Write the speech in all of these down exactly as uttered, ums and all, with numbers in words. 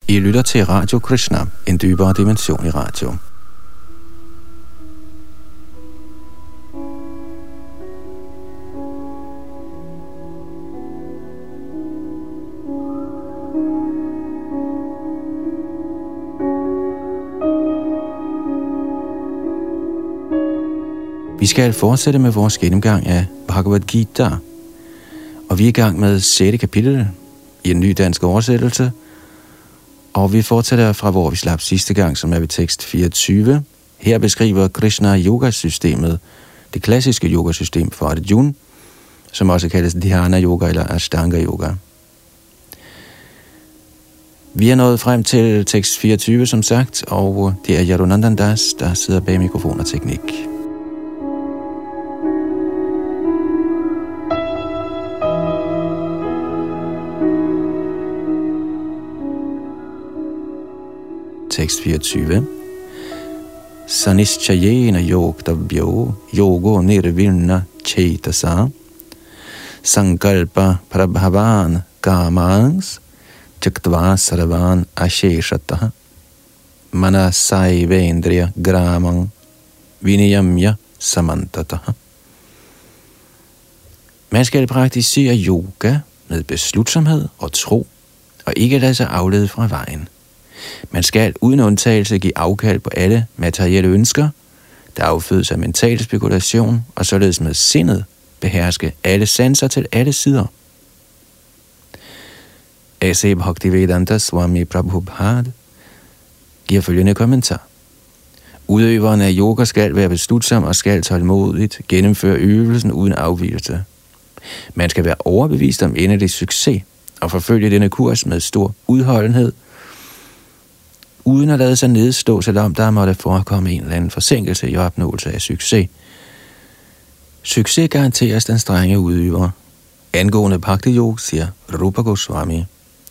I lytter til Radio Krishna, en dybere dimension i radio. Vi skal fortsætte med vores gennemgang af Bhagavad Gita, og vi er i gang med sjette kapitel i en ny dansk oversættelse, og vi fortsætter fra hvor vi slap sidste gang, som er ved tekst fireogtyve. Her beskriver Krishna yogasystemet, det klassiske yogasystem for Arjuna, som også kaldes Dhyana Yoga eller Ashtanga Yoga. Vi er nået frem til tekst fireogtyve, som sagt, og det er Yadunandan Das, der sidder bag mikrofon og teknik. Tekst fireogtyve. Sanischayena yogtavyo yogo nirvinna chetasa sankalpa prabhavan kamans chaktva sarvan asheshataha manasai gramang vinayamya samantataha. Man skal praktisere yoga med beslutsomhed og tro, og ikke lade sig aflede fra vejen. Man skal uden undtagelse give afkald på alle materielle ønsker, der affødes af mental spekulation, og således med sindet beherske alle sanser til alle sider. A C Bhaktivedanta Swami Prabhupada giver følgende kommentar. Udøveren af yoga skal være beslutsom og skal tålmodigt gennemføre øvelsen uden afvigelse. Man skal være overbevist om endelig succes og forfølge denne kurs med stor udholdenhed, uden at lade sig nedstå, selvom der måtte forekomme en eller anden forsinkelse i opnåelse af succes. Succes garanteres den strenge udøver. Angående Bhakti Yoga siger Rupa Goswami: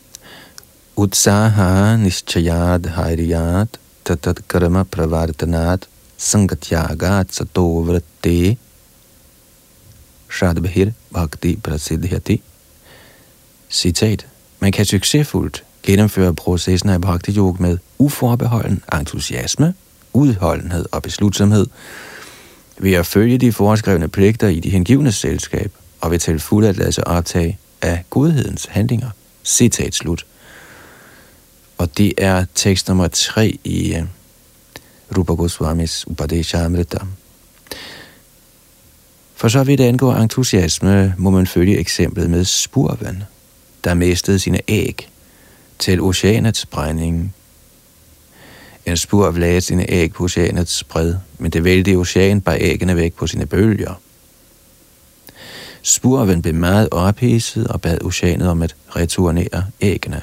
Utsaha nischayad hairiyat tatat karma pravartanat sangatyagat sato vratte shadbhir bhakti prasiddhyati. Citat: Man kan succesfuldt gennemføre processen af Bhakti Yoga med uforbeholden entusiasme, udholdenhed og beslutsomhed, ved at følge de foreskrevne pligter i de hengivnes selskab, og ved til fulde at lade sig optage af godhedens handlinger. Citat slut. Og det er tekst nummer tre i uh, Rupa Goswamis Upadeshamrita. For så vidt angår entusiasme, må man følge eksemplet med spurven, der mistede sine æg til oceanets brænding. En spurv lagde sine æg på oceanets bred, men det vældige ocean bar æggene væk på sine bølger. Spurven blev meget ophidset og bad oceanet om at returnere æggene.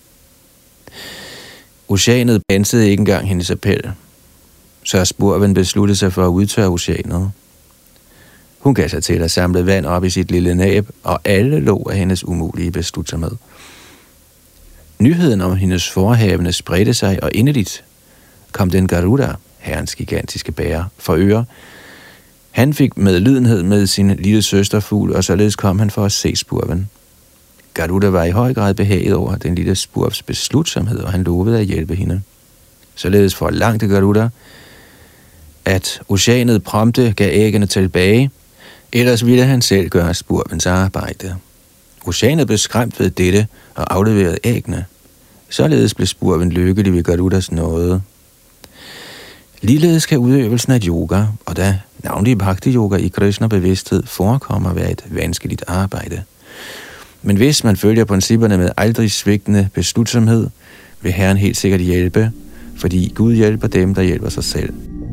Oceanet pansede ikke engang hendes appel, så spurven besluttede sig for at udtørre oceanet. Hun gav sig til at samle vand op i sit lille næb, og alle lå af hendes umulige beslutsomhed. Nyheden om hendes forehavende spredte sig, og inderligt kom den Garuda, herrens gigantiske bærer, for øre. Han fik medlidenhed med sin lille søsterfugl, og således kom han for at se spurven. Garuda var i høj grad behaget over den lille spurvs beslutsomhed, og han lovede at hjælpe hende. Således forlangte Garuda, at oceanet prompte gav æggene tilbage, ellers ville han selv gøre spurvens arbejde. Oceanet blev skræmt ved dette og afleverede æggene. Således blev spurven lykkelig ved Garudas nåde. Ligeledes kan udøvelsen af yoga, og da navnlig Bhakti Yoga i Krishna bevidsthed forekommer at være et vanskeligt arbejde. Men hvis man følger principperne med aldrig svigtende beslutsomhed, vil Herren helt sikkert hjælpe, fordi Gud hjælper dem, der hjælper sig selv.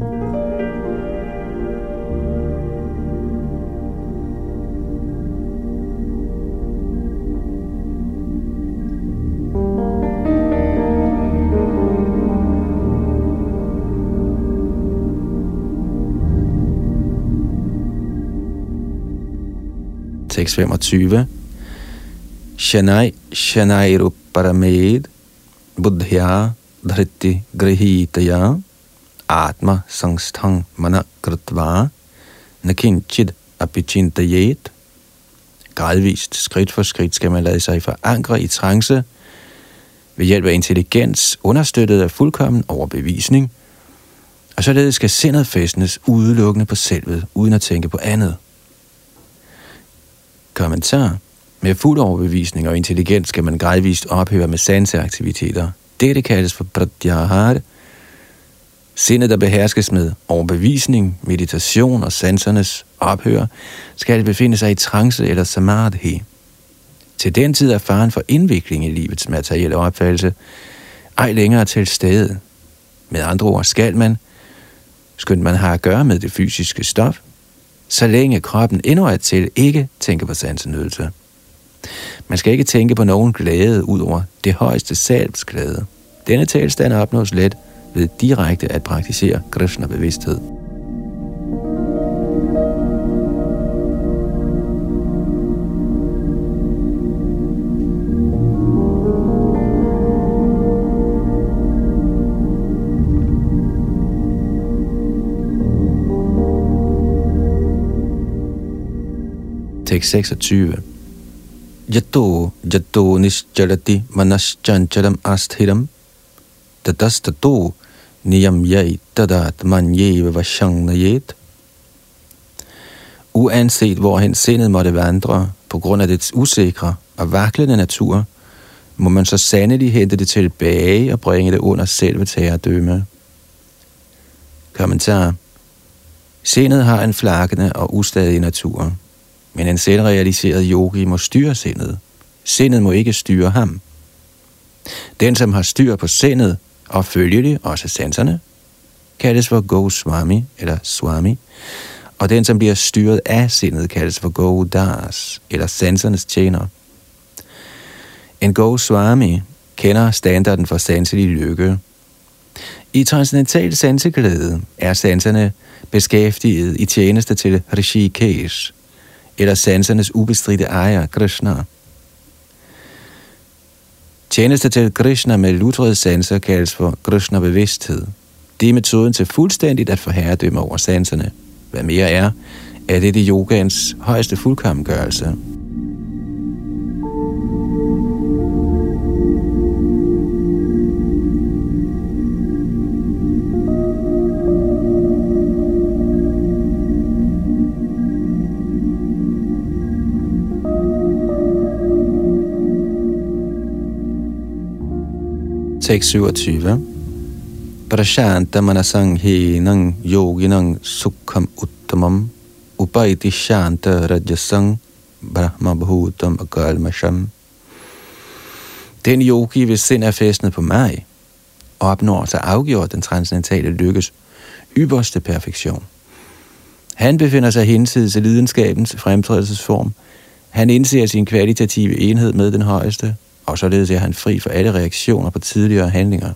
Tekst femogtyve. Shanai Shanairu Paramed Buddhya Dhritti Grihitaya Atma Sangsthang Mana Kritva Nakinchid Apichintayet. Gradvist, skridt for skridt, skal man lade sig forankre i trance, ved hjælp af intelligens, understøttet af fuldkommen overbevisning, og således skal sindet fæstnes udelukkende på selvet, uden at tænke på andet. Kommentar. Med fuld overbevisning og intelligens skal man gradvist ophøre med sanseaktiviteter. Dette kaldes for pratyahara. Sindet, der beherskes med overbevisning, meditation og sansernes ophør, skal befinde sig i trance eller samadhi. Til den tid er faren for indvikling i livets materielle opfattelse ej længere til stede. Med andre ord skal man, skønt man har at gøre med det fysiske stof, så længe kroppen endnu er til, ikke tænke på sansenydelse. Man skal ikke tænke på nogen glæde ud over det højeste salgs glæde. Denne tilstand opnås let ved direkte at praktisere Krishna-bevidsthed. Tekst seksogtyve. Yato yato nischalati manaschanchalam asthiram tatastato niyam yai tadat manyeva vashangnayet. Uanset hvorhen sindet måtte vandre på grund af dets usikre og vaklende natur, må man så sandelig hente det tilbage og bringe det under selvets herredømme. Kommentar. Sindet har en flakkende og ustadig natur. Men en selvrealiseret yogi må styre sindet. Sindet må ikke styre ham. Den, som har styr på sindet, og følgelig også sanserne, kaldes for Goswami eller Swami, og den, som bliver styret af sindet, kaldes for Godas eller sansernes tjener. En Goswami kender standarden for sanselig lykke. I transcendental sanseglæde er sanserne beskæftiget i tjeneste til Rishikesh, eller sansernes ubestridte ejer, Krishna. Tjeneste til Krishna med lutrede sanser kaldes for Krishna-bevidsthed. Det er metoden til fuldstændigt at få herredømme over sanserne. Hvad mere er, er det det yogans højeste fuldkommengørelse. Tekst syvogtyve. Prashanta manasang hinang yoginang sukham uttamam upaiti shanta rajasang brahma bhutam akalmasham. Den yogi, hvis sind er fæstnet på mig, opnår så afgjort den transcendentale lykkes ypperste perfektion. Han befinder sig hinsides lidenskabens fremtrædelsesform. Han indser sin kvalitative enhed med den højeste, og således er han fri for alle reaktioner på tidligere handlinger.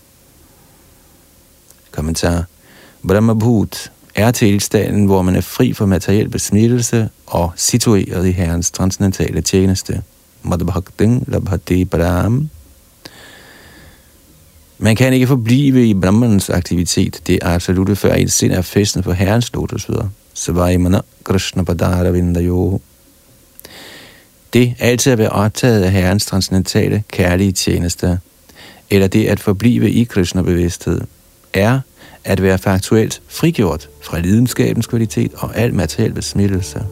Kommentar. Brahma Bhut er tilstanden, hvor man er fri for materiel besmittelse og situeret i Herrens transcendentale tjeneste. Madhbhakting labhati param. Man kan ikke forblive i Brahmans aktivitet. Det er absolut før ens sind er fæstnet på Herrens lotusfødder. Savaimana Krishna Padara Vindayo. Det altid at være optaget af Herrens transcendentale kærlige tjeneste, eller det at forblive i Krishna-bevidsthed, er at være faktuelt frigjort fra lidenskabens kvalitet og al materiel besmittelse.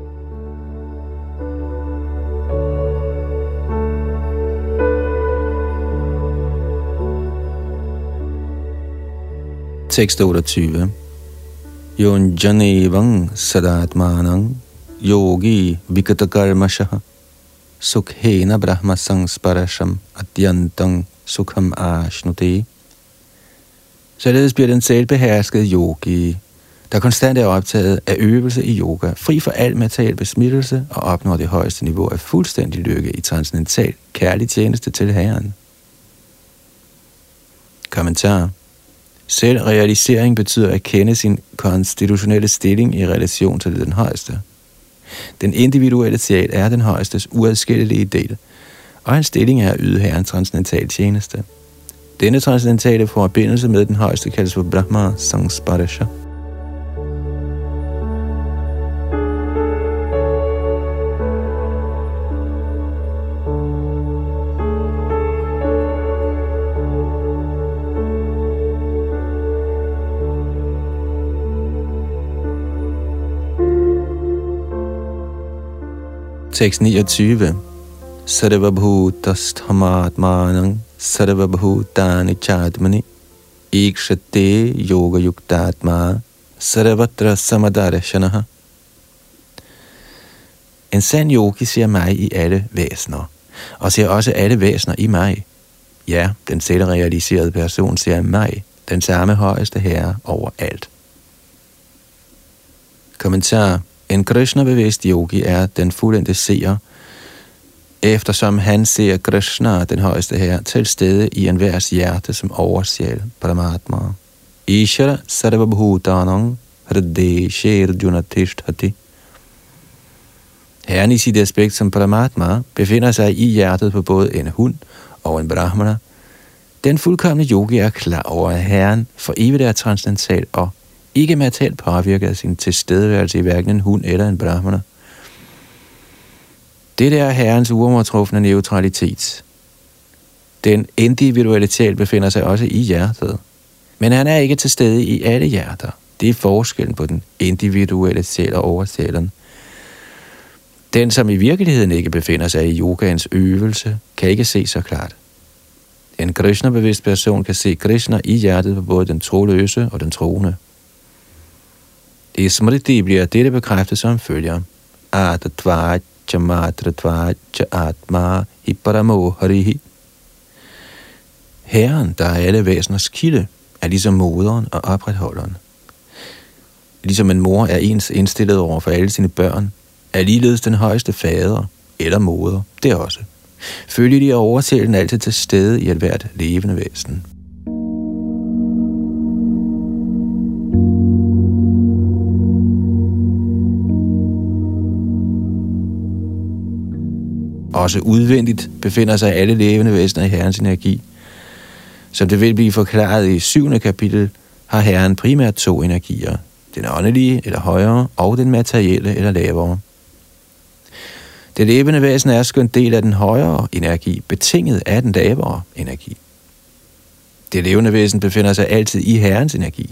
Tekst otteogtyve. Yonjanevang sadatmanang yogi vikatakarmashaha sukhena brahma sangsparasham adyantang sukham ashnute. Således bliver den selvbeherskede yogi, der konstant er optaget af øvelse i yoga, fri for al materiel besmittelse og opnår det højeste niveau af fuldstændig lykke i transcendental kærlig tjeneste til Herren. Kommentar. Selvrealisering betyder at kende sin konstitutionelle stilling i relation til den højeste. Den individuelle sjæl er den højestes uadskillelige del, og hans stilling er at yde Herren transcendental tjeneste. Denne transcendentale forbindelse med den højeste kaldes for Brahma Sangsparasha. Tekst niogtyve. Sarvabhutasthamaatmanang sarvabhutani chadmani ikshate yoga yuktatma sarvatra samadarshanaha. En sand yogi ser mig i alle væsener, og ser også alle væsener i mig. Ja, den selvrealiserede person ser mig, den samme højeste herre over alt. Kommentar. En Krishna-bevidst yogi er den fuldendte seer, eftersom han ser Krishna, den højeste herre, til stede i enhvers hjerte som oversjæl, Paramatma. Ishara sarvabhutanang hrideshe arjuna tishthati. Herren i sit aspekt som Paramatma befinder sig i hjertet på både en hund og en brahmana. Den fuldkomne yogi er klar over, at Herren for evigt er transcendental og ikke materielt påvirket af sin tilstedeværelse i hverken en hund eller en brahmana. Det er Herrens uovertrufne neutralitet. Den individualitet befinder sig også i hjertet, men han er ikke til stede i alle hjerter. Det er forskellen på den individualitet og oversjælen. Den, som i virkeligheden ikke befinder sig i yogaens øvelse, kan ikke se så klart. En Krishna-bevidst person kan se Krishna i hjertet på både den troløse og den troende. I Smriti bliver dette bekræftet som følger. Atatvacha matratvacha atma hi paramo harihi. Herren, der er alle væseners kilde, er ligesom moderen og opretholderen. Ligesom en mor er ens indstillet over for alle sine børn, er ligeledes den højeste fader eller moder det også. Følgelig er oversjælen altid til stede i et hvert levende væsen. Også udvendigt befinder sig alle levende væsener i Herrens energi. Som det vil blive forklaret i syvende kapitel, har Herren primært to energier. Den åndelige eller højere, og den materielle eller lavere. Det levende væsen er skønt del af den højere energi, betinget af den lavere energi. Det levende væsen befinder sig altid i Herrens energi.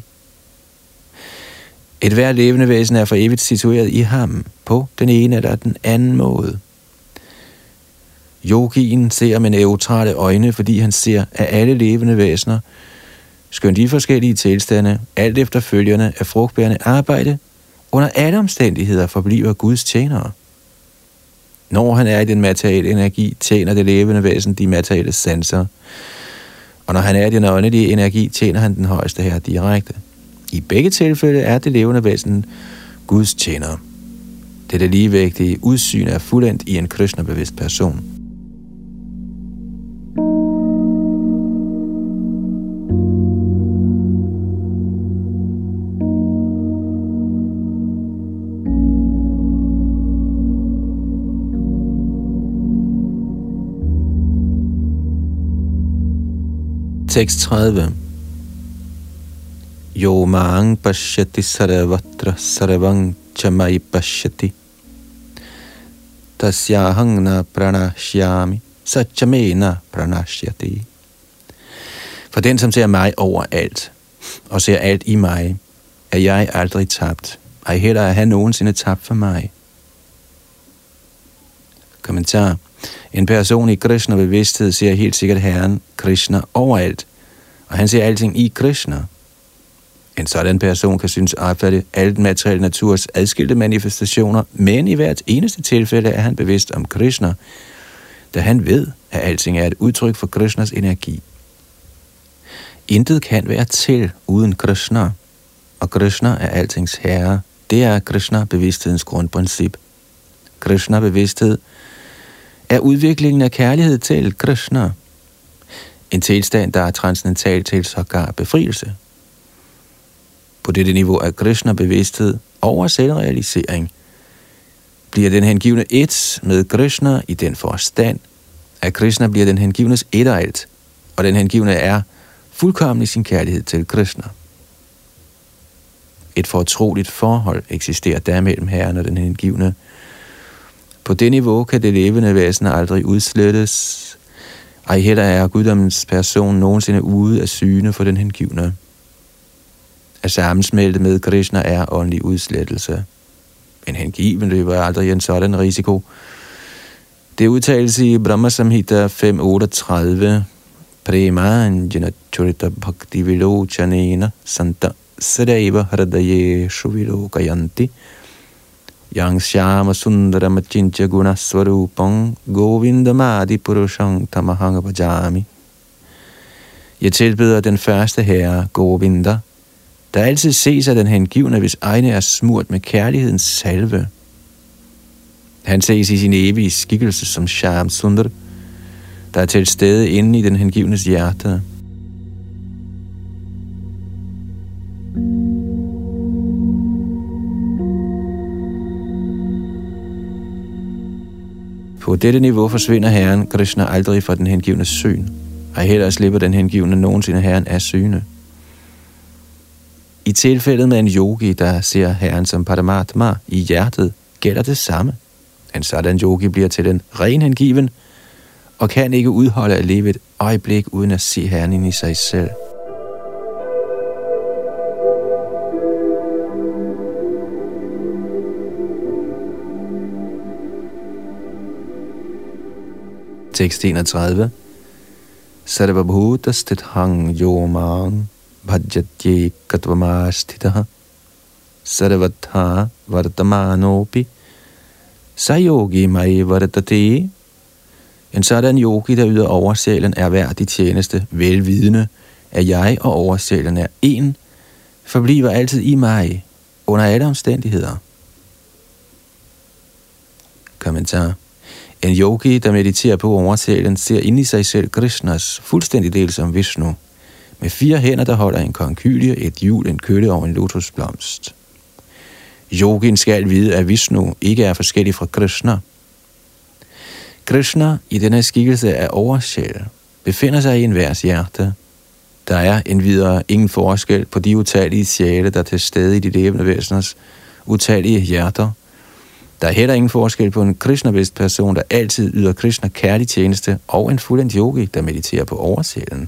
Et hvert levende væsen er for evigt situeret i ham, på den ene eller den anden måde. Yogien ser med neutrale øjne, fordi han ser, at alle levende væsener, skønt i forskellige tilstande, alt efterfølgende af frugtbærende arbejde, under alle omstændigheder forbliver Guds tjenere. Når han er i den materielle energi, tjener det levende væsen de materielle sanser, og når han er i den åndelige energi, tjener han den højeste herre direkte. I begge tilfælde er det levende væsen Guds tjener. Dette ligevægtige udsyn er fuldendt i en Krishna-bevidst person. Tekst tredive. Yo mang pashyati sarvatra sarvang chamai pashyati tasyahang na pranashyami satchamena pranashyati. For den, som ser mig over alt, og ser alt i mig, er jeg aldrig tabt. Ej heller er han nogensinde tabt for mig. Kommentar. En person i Krishna-bevidsthed ser helt sikkert Herren Krishna overalt, og han ser alting i Krishna. En sådan person kan synes opfatte alle den materielle naturs adskilte manifestationer, men i hvert eneste tilfælde er han bevidst om Krishna, da han ved, at alting er et udtryk for Krishnas energi. Intet kan være til uden Krishna, og Krishna er altings herre. Det er Krishna-bevidsthedens grundprincip. Krishna-bevidsthed er udviklingen af kærlighed til Krishna. En tilstand, der er transcendental til sågar befrielse. På dette niveau af Krishna-bevidsthed over selvrealisering bliver den hengivne et med Krishna i den forstand, at Krishna bliver den hengivnes et og alt, og den hengivne er fuldkommen i sin kærlighed til Krishna. Et fortroligt forhold eksisterer der mellem Herren og den hengivne. På det niveau kan det levende væsen aldrig udslettes. Ej heller er guddommens person nogensinde ude af syne for den hengivne. At sammensmelte med Krishna er åndelig udslettelse. En hengiven løber aldrig en sådan risiko, Det udtales i Brahma Samhita fem otteogtredive, Premanjana Churita Bhakti Vilochanena Santa Sadaiva Haradaye Shuvilokayanti Yang Shyama Sundarama Chincha Guna Swarupang Govindamadi Purushang Tamahanga Bhajami. Jeg tilbeder den første herre, Govinda, der altid ses af den hengivne, hvis egne er smurt med kærlighedens salve. Han ses i sin evige skikkelse som Shyam Sundar, der er til stede inde i den hengivnes hjerte. På dette niveau forsvinder herren Krishna aldrig fra den hengivnes syn, og heller slipper den hengivne nogensinde herren af syne. I tilfældet med en yogi, der ser herren som Paramatma i hjertet, gælder det samme. En sådan yogi bliver til en ren hengiven, og kan ikke udholde at leve et øjeblik uden at se herren ind i sig selv. Tekst enogtredive. Sarvabhuta stithang yomang bhajatye katvamasthitaha sarvatha vartamanopi sayogi mai vartate. En sådan yogi, der yder oversjælen, er værdig tjeneste, velvidende, at jeg og oversjælen er en, forbliver altid i mig, under alle omstændigheder. Kommentar. En yogi, der mediterer på oversjælen, ser ind i sig selv Krishnas fuldstændig del som Vishnu, med fire hænder, der holder en konkylie, et hjul, en kølle og en lotusblomst. Yogien skal vide, at Vishnu ikke er forskellig fra Krishna. Krishna i denne skikkelse af oversjæl befinder sig i enhvers hjerte. Der er endvidere ingen forskel på de utallige sjæle, der er til stede i de levende væseners utallige hjerter. Der er heller ingen forskel på en Krishna-bevidst person, der altid yder Krishna kærlig tjeneste, og en fuldendt yogi, der mediterer på oversjælen.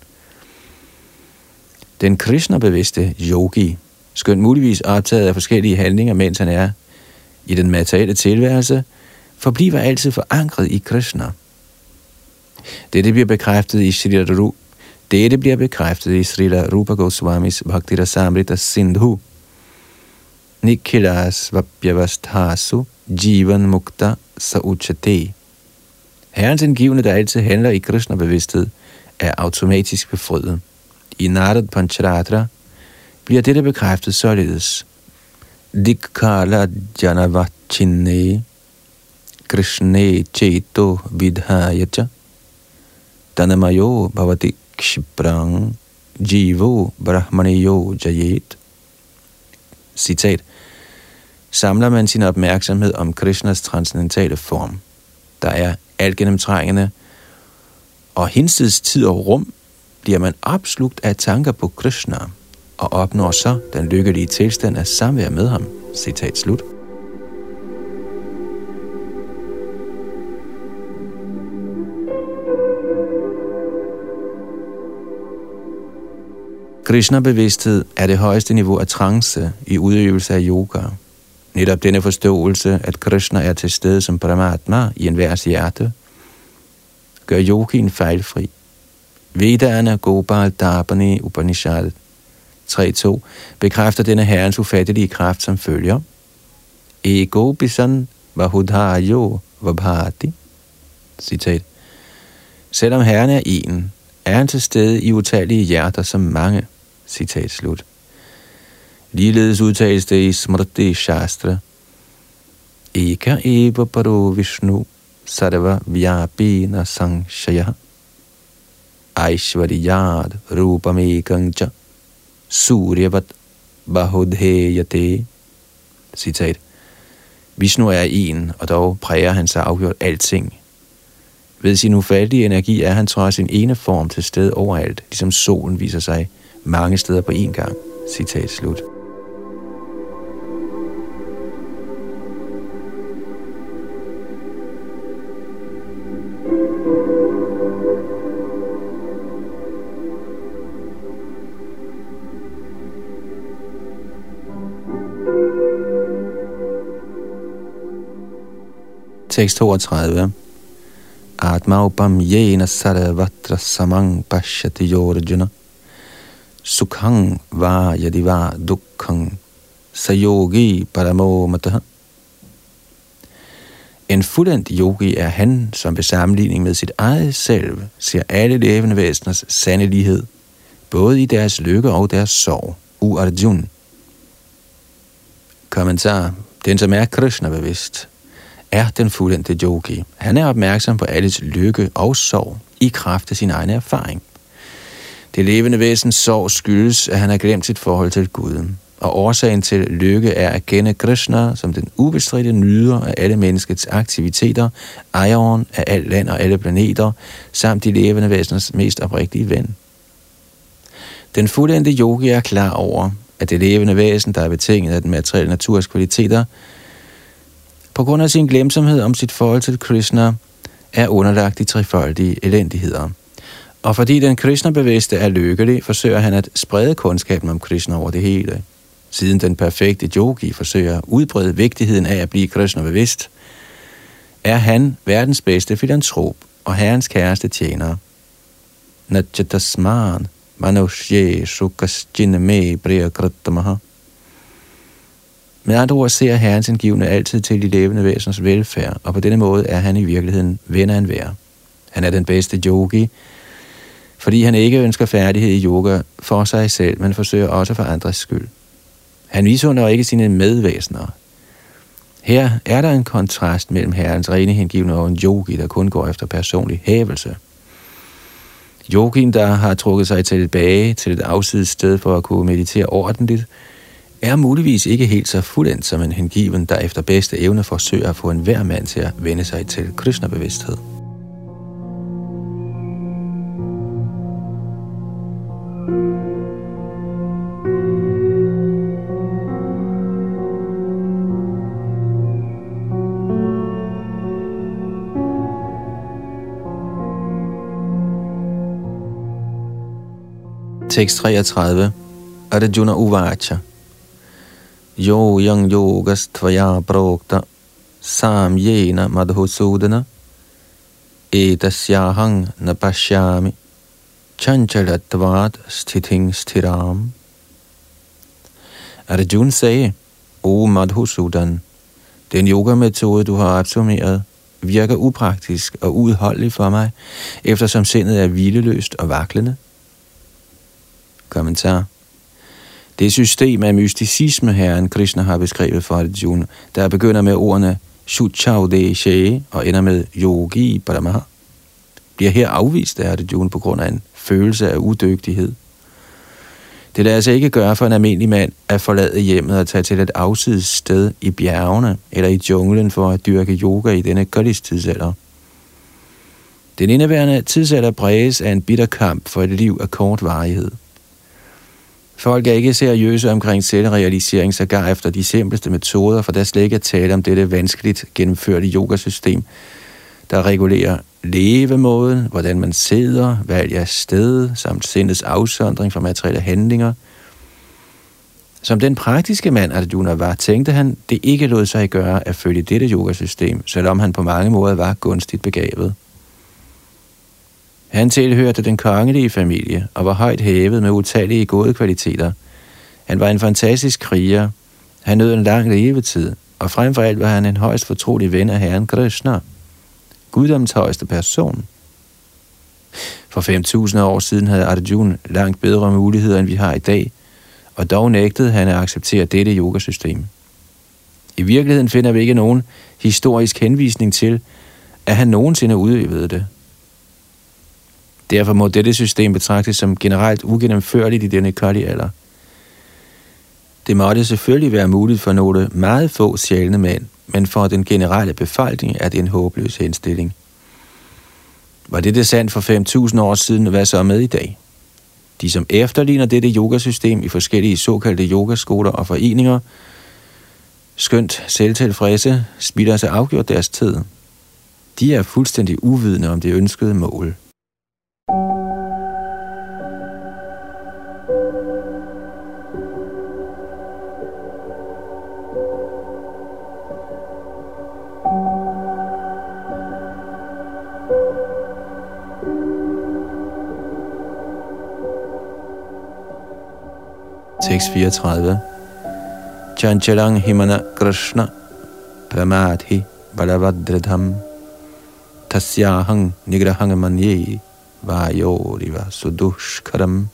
Den Krishna-bevidste yogi, skønt muligvis optaget af forskellige handlinger, mens han er i den materielle tilværelse, forbliver altid forankret i Krishna. Dette bliver bekræftet i Srila Rupa, Dette bliver bekræftet i Srila Rupa Goswamis Bhaktirasamrita Sindhu. Nikhilas vapyavasthasu jivan mukta sauchate. Herrens indgivne, der altid handler i Krishna-bevidsthed, er automatisk befriet. I Narad Pancharatra bliver dette bekræftet således. Dikkala janavachinne Krishne cheto vidhayacha tanamayo bhavati kshiprang jivo brahmaniyo jayet. Citat. Samler man sin opmærksomhed om Krishnas transcendentale form, der er alt gennemtrængende, og hinsides tid og rum, bliver man opslugt af tanker på Krishna, og opnår så den lykkelige tilstand af samvær med ham. Citat slut. Krishna-bevidsthed er det højeste niveau af trance i udøvelse af yoga. Netop denne forståelse, at Krishna er til stede som Paramatma i enhvers hjerte, gør yogien fejlfri. Vedana Gopal Darbani Upanishad tre to bekræfter denne herrens ufattelige kraft som følger. Ego bisan vahudhayo vabhati. Citat. Selvom herren er en, er han til stede i utallige hjerter som mange. Citat slut. Ligeledes udtales det i Smriti Shastra. Eka eva paro Vishnu sarva vyapena sangshaya aishvariyad rupamekangcha suryavat bahudheyate. Citat. Vishnu er en, og dog præger han sig afgjort alting. Ved sin ufattelige energi er han trods sin ene form til stede overalt, ligesom solen viser sig mange steder på én gang. Citat slut. Tekst toogtredive. Atmaupam yena sarvatra samang pashyati yorjuna sukhang va yadiva dukkhang sayogi paramo mataha. En fuldendt yogi er han, som ved sammenligning med sit eget selv ser alle levende væseners sande lighed, både i deres lykke og deres sorg. U Arjun. Kommentar. Den, som er Krishna-bevidst, er den fuldendte yogi. Han er opmærksom på alles lykke og sorg i kraft af sin egen erfaring. Det levende væsens sorg skyldes, at han har glemt sit forhold til Gud. Og årsagen til lykke er at kende Krishna som den ubestridte nyder af alle menneskets aktiviteter, ejeren af alt land og alle planeter, samt de levende væseners mest oprigtige ven. Den fuldendte yogi er klar over, at det levende væsen, der er betinget af den materielle naturs kvaliteter, på grund af sin glemsomhed om sit forhold til Krishna, er underlagt de trefoldige elendigheder. Og fordi den Krishna-bevidste er lykkelig, forsøger han at sprede kundskaben om Krishna over det hele. Siden den perfekte yogi forsøger at udbrede vigtigheden af at blive Krishna-bevidst, er han verdens bedste filantrop og herrens kæreste tjener. Najatasman manushye sukasjiname priyakratamaha. Med andre ord ser herrens indgivende altid til de levende væseners velfærd, og på denne måde er han i virkeligheden ven af enhver. Han er den bedste yogi, fordi han ikke ønsker færdighed i yoga for sig selv, men forsøger også for andres skyld. Han misunder ikke sine medvæsener. Her er der en kontrast mellem herrens rene hengivne og en yogi, der kun går efter personlig hævelse. Yogien, der har trukket sig tilbage til et afsides sted for at kunne meditere ordentligt, er muligvis ikke helt så fuldendt som en hengiven, der efter bedste evne forsøger at få enhver mand til at vende sig til Krishna-bevidsthed. Tekst treogtredive. Arjuna Uvacha. Yo yang yogas tvaya prokta sam yena madhusudana etasyahang napashyami chanchalatvat stithing sthiram. Arjuna sagde, O Madhusudan, den yogametode, du har opsummeret, virker upraktisk og uudholdelig for mig, eftersom sindet er hvileløst og vaklende. Kommentar. Det system af mysticisme, herren Krishna har beskrevet for Arjuna, der begynder med ordene Shuchaudeshe og ender med Yogi Paramaha, bliver her afvist af Arjuna på grund af en følelse af udygtighed. Det lader sig ikke gøre for en almindelig mand at forlade hjemmet og tage til et afsides sted i bjergene eller i junglen for at dyrke yoga i denne Kalis-tidsalder. Den indeværende tidsalder præges af en bitter kamp for et liv af kort varighed. Folk er ikke seriøse omkring selvrealisering, sågar efter de simpleste metoder, for der slet ikke at tale om dette vanskeligt gennemførte yogasystem, der regulerer levemåden, hvordan man sidder, valg af sted, samt sindets afsondring fra materielle handlinger. Som den praktiske mand, Arjuna var, tænkte han, det ikke lod sig gøre at følge dette yogasystem, selvom han på mange måder var gunstigt begavet. Han tilhørte den kongelige familie og var højt hævet med utallige gode kvaliteter. Han var en fantastisk kriger. Han nød en lang levetid, og frem for alt var han en højst fortrolig ven af herren Krishna, guddommens højeste person. For fem tusind år siden havde Arjuna langt bedre muligheder, end vi har i dag, og dog nægtede han at acceptere dette yogasystem. I virkeligheden finder vi ikke nogen historisk henvisning til, at han nogensinde udøvede det. Derfor må dette system betragtes som generelt ugennemførligt i denne Kali-alder. Det måtte selvfølgelig være muligt for nogle meget få sjælne mænd, men for den generelle befolkning er det en håbløs henstilling. Var dette sandt for fem tusind år siden, hvad så med i dag? De, som efterligner dette yogasystem i forskellige såkaldte yogaskoler og foreninger, skønt selvtilfredse, spilder sig afgjort deres tid. De er fuldstændig uvidende om det ønskede mål. Tekst fireogtredive. Chanchalang himana Krishna pramadhi balavadradham tasyahang nigrahang manye vajoriva sudushkaram.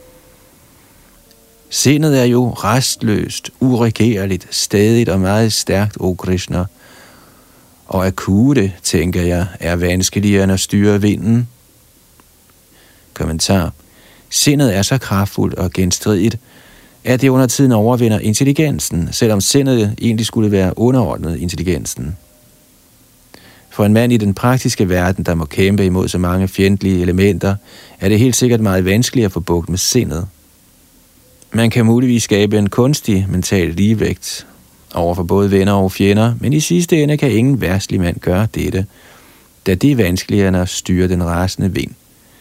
Sindet er jo restløst, uregerligt, stadigt og meget stærkt, o Krishna. Og at kue det, tænker jeg, er vanskeligere end at styre vinden. Kommentar. Sindet er så kraftfuldt og genstridigt, at det under tiden overvinder intelligensen, selvom sindet egentlig skulle være underordnet intelligensen. For en mand i den praktiske verden, der må kæmpe imod så mange fjendtlige elementer, er det helt sikkert meget vanskeligt at få bugt med sindet. Man kan muligvis skabe en kunstig mental ligevægt over for både venner og fjender, men i sidste ende kan ingen verdslig mand gøre dette, da det er vanskeligere end at styre den rasende vind.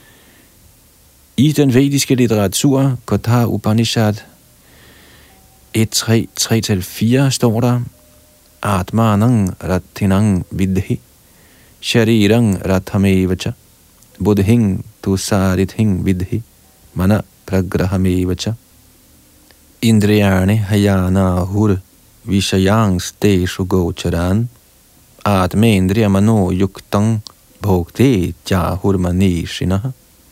I den vediske litteratur, Katha Upanishad et tre tre til fire, står der: Atmanang rathinang vidhi sharirang rathamevacha buddhing tu sarithing vidhi mana pragrahamevacha indriyane hayana hur vishayang steshu gocharan atmendriya mano yuktang bhokte jahur manishinaha.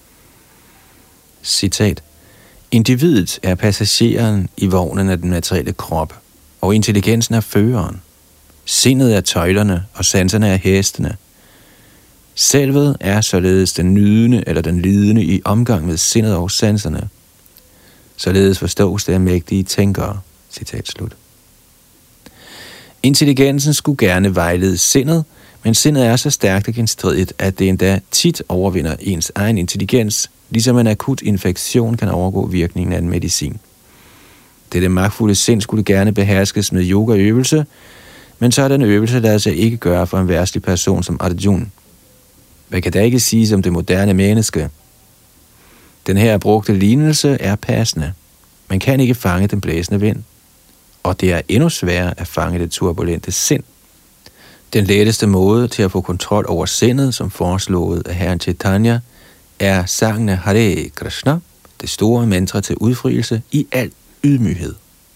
Citat. Individet er passageren i vognen af den materielle krop, og intelligensen er føreren. Sindet er tøjlerne, og sanserne er hestene. Selvet er således den nydende eller den lidende i omgang med sindet og sanserne. Således forstås det af mægtige tænkere. Citat slut. Intelligensen skulle gerne vejlede sindet, men sindet er så stærkt og genstridigt, at det endda tit overvinder ens egen intelligens, ligesom en akut infektion kan overgå virkningen af en medicin. Dette magtfulde sind skulle gerne beherskes med yogaøvelse, men så er den øvelse lader sig ikke gøre for en verdslig person som Arjuna. Hvad kan da ikke siges om det moderne menneske? Den her brugte lignelse er passende. Man kan ikke fange den blæsende vind, og det er endnu sværere at fange det turbulente sind. Den letteste måde til at få kontrol over sindet, som foreslået af Herren Chaitanya, er sangene Hare Krishna, det store mantra til udfrielse i al ydmyghed.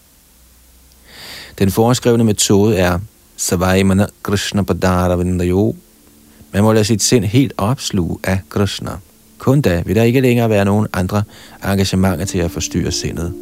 Den foreskrevne metode er Savaimana Krishna Padara Vindayo. Man må lade sit sind helt opsluge af Krishna. Kun da vil der ikke længere være nogen andre engagementer til at forstyrre sindet.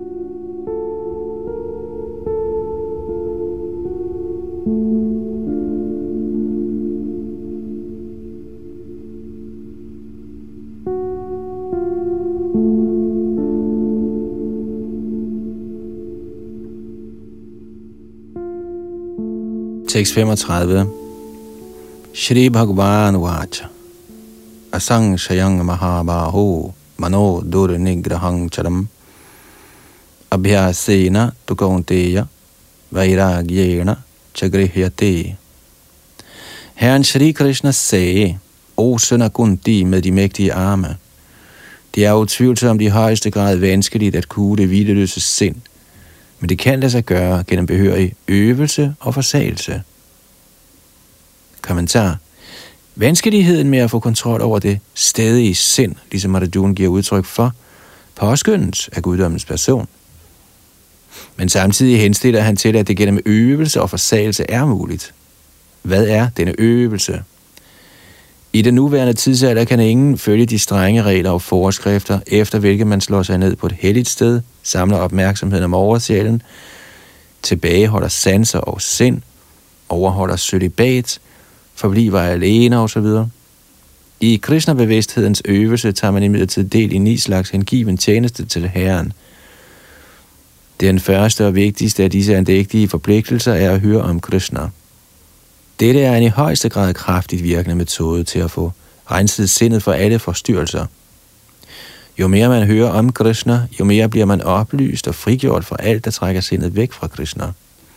Tekst femogtredive. Shri Bhagavan Vacha Asang Shayang Mahabaho Mano Dur Nigrahang Charam Abhyasena Tukaunteya Vairagyena Chagrihyate. Herren Shri Krishna sagde: O søn af Kunti med de mægtige arme, det er utvivlsomt i højeste grad vanskeligt at kue det hvileløse sind, men det kan lade sig gøre gennem behørig øvelse og forsagelse. Kommentar. Vanskeligheden med at få kontrol over det stædige sind, ligesom Arjuna giver udtryk for, påskyndes af guddommens person. Men samtidig henstiller han til, at det gennem øvelse og forsagelse er muligt. Hvad er denne øvelse? I den nuværende tidsalder kan ingen følge de strenge regler og forskrifter, efter hvilke man slår sig ned på et helligt sted, samler opmærksomheden om oversjælen, tilbageholder sanser og sind, overholder cølibat, forbliver alene osv. I Krishna-bevidsthedens øvelse tager man imidlertid del i ni slags hengiven tjeneste til Herren. Den første og vigtigste af disse andægtige forpligtelser er at høre om Krishna. Dette er en i højeste grad kraftigt virkende metode til at få renset sindet for alle forstyrrelser. Jo mere man hører om Krishna, jo mere bliver man oplyst og frigjort fra alt, der trækker sindet væk fra Krishna.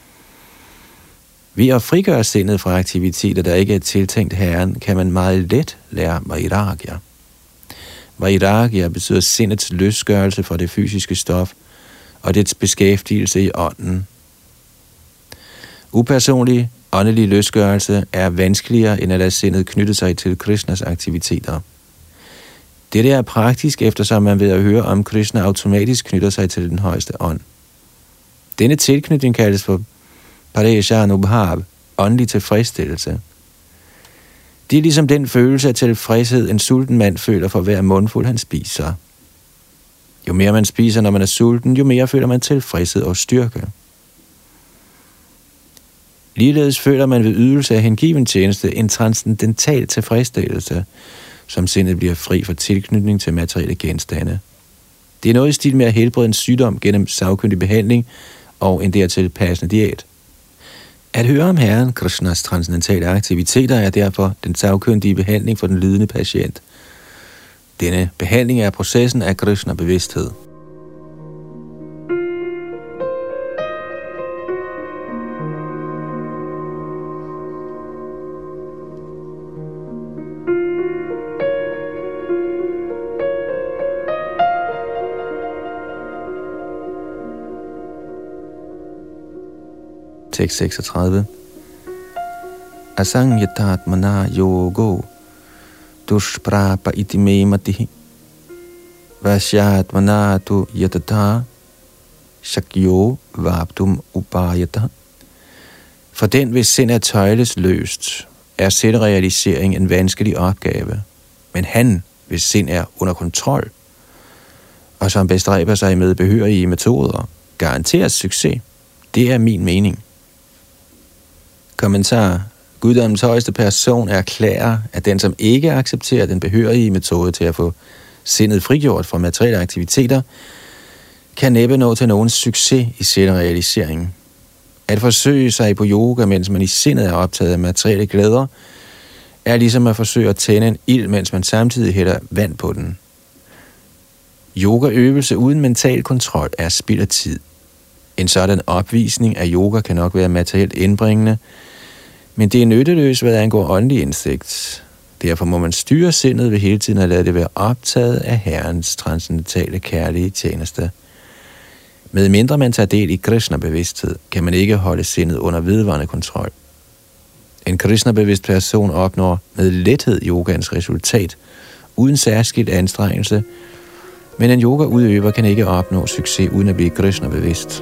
Ved at frigøre sindet fra aktiviteter, der ikke er tiltænkt Herren, kan man meget let lære vairagya. Vairagya betyder sindets løsgørelse fra det fysiske stof og dets beskæftigelse i ånden. Upersonlig åndelig løsgørelse er vanskeligere end at lade sindet knytte sig til Krishnas aktiviteter. Dette er praktisk, eftersom man ved at høre om Krishna automatisk knytter sig til den højeste ånd. Denne tilknytning kaldes for Pareshanubhav, åndelig tilfredsstillelse. Det er ligesom den følelse af tilfredshed, en sulten mand føler for hver mundfuld, han spiser. Jo mere man spiser, når man er sulten, jo mere føler man tilfredshed og styrke. Ligeledes føler man ved ydelse af hengiven tjeneste en transcendental tilfredsstillelse, som sindet bliver fri for tilknytning til materielle genstande. Det er noget i stil med at helbrede en sygdom gennem sagkyndig behandling og en dertil passende diæt. At høre om Herren Krishnas transcendentale aktiviteter er derfor den sagkyndige behandling for den lidende patient. Denne behandling er processen af Krishna-bevidsthed. Tekst seksogtredive. Asangyatatmana yogo dushprapa itimemati vasyatmana tu yatata shakyo vabdum upayata. For den, hvis sind er tøjlesløst, er selvrealisering en vanskelig opgave. Men han, hvis sind er under kontrol, og som bestræber sig med behørige metoder, garanteres succes. Det er min mening. Kommentar. Guddommens højeste person erklærer, at den, som ikke accepterer den behørige metode til at få sindet frigjort fra materielle aktiviteter, kan næppe nå til nogens succes i selvrealiseringen. At forsøge sig på yoga, mens man i sindet er optaget af materielle glæder, er ligesom at forsøge at tænde en ild, mens man samtidig hælder vand på den. Yogaøvelse uden mental kontrol er spild af tid. En sådan opvisning af yoga kan nok være materielt indbringende, men det er nytteløst, hvad der angår åndelig indsigt. Derfor må man styre sindet ved hele tiden at lade det være optaget af Herrens transcendentale kærlige tjeneste. Med mindre man tager del i Krishna-bevidsthed, kan man ikke holde sindet under vedvarende kontrol. En Krishna-bevidst person opnår med lethed yogans resultat, uden særskilt anstrengelse, men en yogaudøver kan ikke opnå succes uden at blive Krishna-bevidst.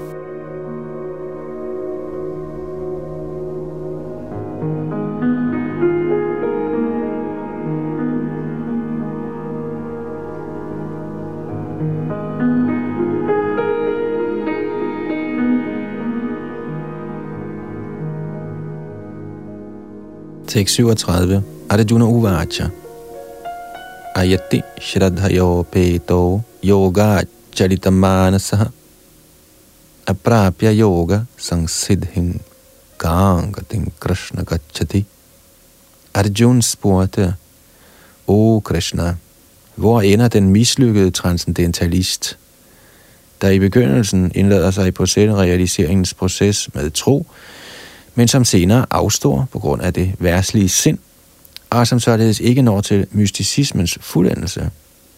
Tekst syvogtredive. Arjuna uvacha. Ayati shraddhayo peto yoga charitamanasaha aprapya yoga sangsiddhing gangating Krishna gacchati. Arjuna spurgte, O Krishna, hvor ender den mislykkede transcendentalist, der i begyndelsen indlader sig på selvrealiseringens proces med tro, men som senere afstår på grund af det verdslige sind, og som således ikke når til mysticismens fuldendelse.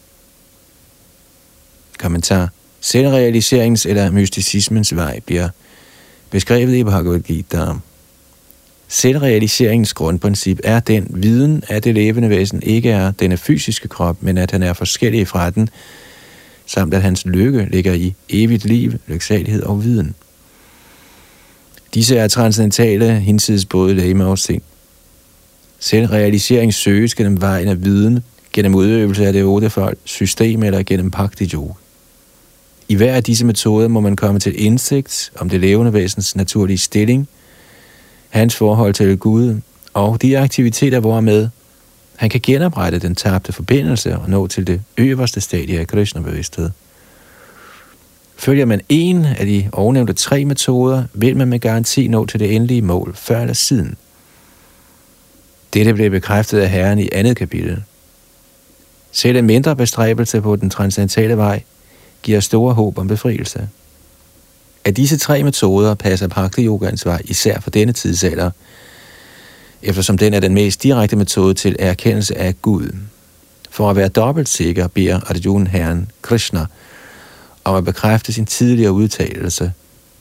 Kommentar. Selvrealiseringens eller mysticismens vej bliver beskrevet i Bhagavad Gita. Selvrealiseringens grundprincip er den viden, at det levende væsen ikke er denne fysiske krop, men at han er forskellig fra den, samt at hans lykke ligger i evigt liv, lyksalighed og viden. Disse er transcendentale, hinsides både legeme og sind. Selvrealisering søges gennem vejen af viden, gennem udøvelse af det ottefold system eller gennem bhakti yoga. I hver af disse metoder må man komme til indsigt om det levende væsens naturlige stilling, hans forhold til Gud og de aktiviteter, hvormed han kan genoprette den tabte forbindelse og nå til det øverste stadie af Krishna-bevidsthed. Følger man en af de ovennævnte tre metoder, vil man med garanti nå til det endelige mål, før eller siden. Dette blev bekræftet af Herren i andet kapitel. Selv en mindre bestræbelse på den transcendentale vej giver store håb om befrielse. Af disse tre metoder passer bhakti-yogans vej især for denne tidsalder, eftersom den er den mest direkte metode til erkendelse af Gud. For at være dobbelt sikker beder Arjuna Herren Krishna om at bekræfte sin tidligere udtalelse.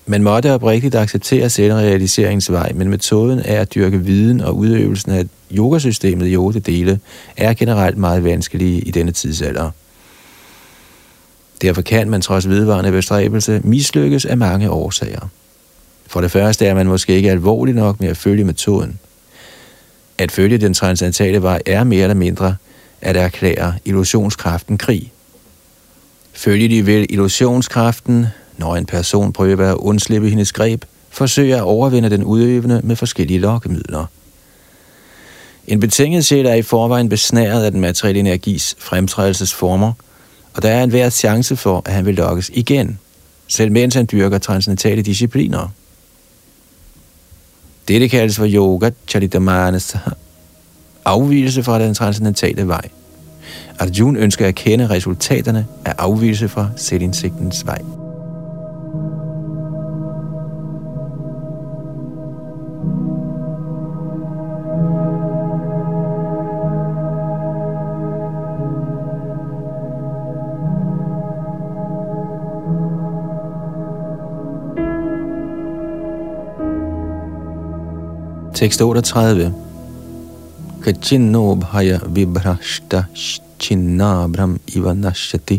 Man måtte oprigtigt acceptere selvrealiseringsvej, men metoden er at dyrke viden, og udøvelsen af yogasystemet i otte dele er generelt meget vanskelige i denne tidsalder. Derfor kan man trods vedvarende bestræbelse mislykkes af mange årsager. For det første er man måske ikke alvorlig nok med at følge metoden. At følge den transcendentale vej er mere eller mindre at erklære illusionskraften krig. Følge de vel illusionskraften, når en person prøver at undslippe hendes greb, forsøger at overvinde den udøvende med forskellige lokkemidler. En betinget sjæl er i forvejen besnæret af den materielle energis fremtrædelsesformer, og der er en hver chance for, at han vil lokkes igen, selv mens han dyrker transcendentale discipliner. Dette kaldes for yoga charitamānasa, afvigelse fra den transcendentale vej. Arjuna ønsker at kende resultaterne af afvigelse fra selvindsigtens vej. Tekst otteogtredive. Kachinno bhaya vibhrashta chinnabram ivanashati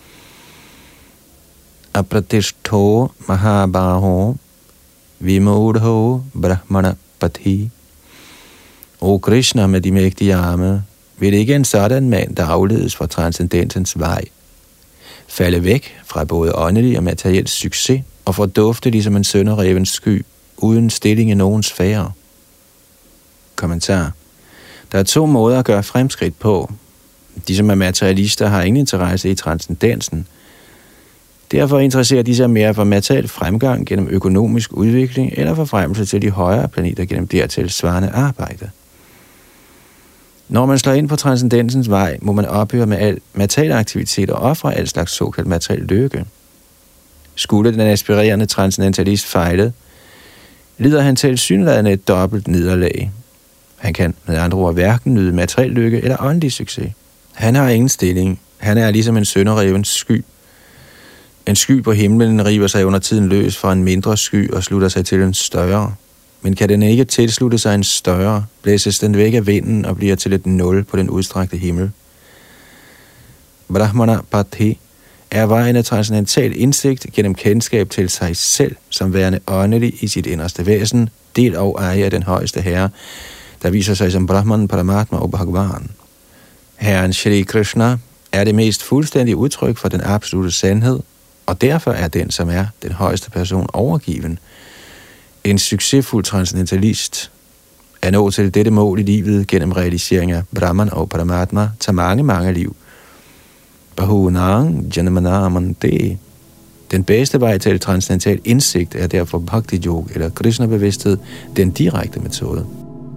apratishto mahabaho vimodho brahmana pathi. O Krishna med de mægtige arme, vil ikke en sådan mand, der afledes fra transcendentens vej, falde væk fra både åndelig og materiel succes og fordufte ligesom en sønderrevens sky, uden stilling i nogens sfære. Kommentar. Der er to måder at gøre fremskridt på. De, som er materialister, har ingen interesse i transcendensen. Derfor interesserer de sig mere for materiel fremgang gennem økonomisk udvikling eller forfremmelse til de højere planeter gennem dertil svarende arbejde. Når man slår ind på transcendensens vej, må man ophøre med al materiel aktivitet og ofre al slags såkaldt materiel lykke. Skulle den aspirerende transcendentalist fejle, lider han til synlædende et dobbelt nederlag. Han kan med andre ord hverken nyde materiel lykke eller åndelig succes. Han har ingen stilling. Han er ligesom en sønderrevens sky. En sky på himlen river sig under tiden løs fra en mindre sky og slutter sig til en større. Men kan den ikke tilslutte sig en større, blæses den væk af vinden og bliver til et nul på den udstrakte himmel. Brahmana Pathi er vejen af transcendental indsigt gennem kendskab til sig selv som værende åndelig i sit inderste væsen, del og eje af den højeste herre, der viser sig som Brahman, Paramatma og Bhagavan. Herren Shri Krishna er det mest fuldstændige udtryk for den absolute sandhed, og derfor er den, som er den højeste person, overgiven. En succesfuld transcendentalist. At nå til dette mål i livet gennem realisering af Brahman og Paramatma tager mange, mange liv. Bahunang Janamanaamante. Den bedste vej til transcendental indsigt er derfor Bhakti Yoga eller Krishna-bevidsthed, den direkte metode.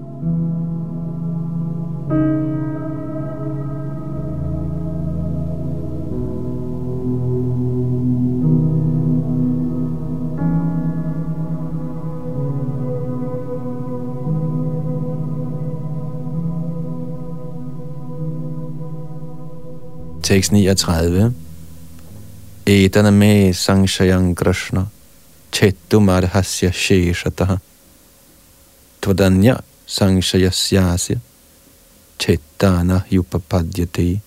Tekst niogtredive. Etaname sangshayang Krishna chettumarhasya sheshataha tvadanya sangshayasyasya chettana yupapadyate.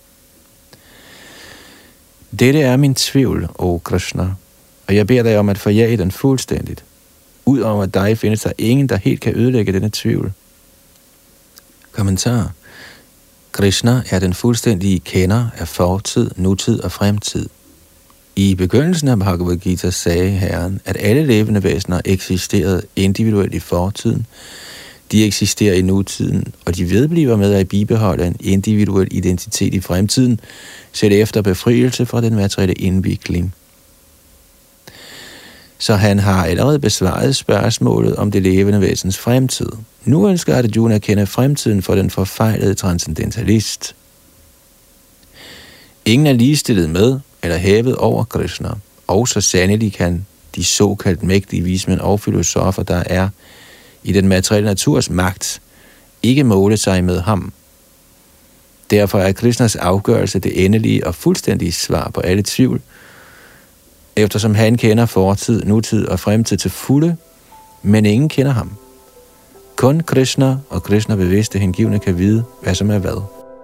Dette er min tvivl, o Krishna, og jeg beder dig om at forjage den fuldstændigt. Udover dig findes der ingen, der helt kan ødelægge denne tvivl. Kommentar. Krishna er den fuldstændige kender af fortid, nutid og fremtid. I begyndelsen af Bhagavad Gita sagde Herren, at alle levende væsener eksisterede individuelt i fortiden, de eksisterer i nutiden, og de vedbliver med at bibeholde en individuel identitet i fremtiden, selv efter befrielse fra den materielle indvikling. Så han har allerede besvaret spørgsmålet om det levende væsens fremtid. Nu ønsker Arjuna at kende fremtiden for den forfejlede transcendentalist. Ingen er ligestillet med eller hævet over Krishna, og så sandelig kan de såkaldt mægtige vismænd og filosofer, der er i den materielle naturs magt, ikke måle sig med ham. Derfor er Krishnas afgørelse det endelige og fuldstændige svar på alle tvivl, eftersom han kender fortid, nutid og fremtid til fulde, men ingen kender ham. Kun Krishna og Krishna bevidste hengivne kan vide, hvad som er hvad.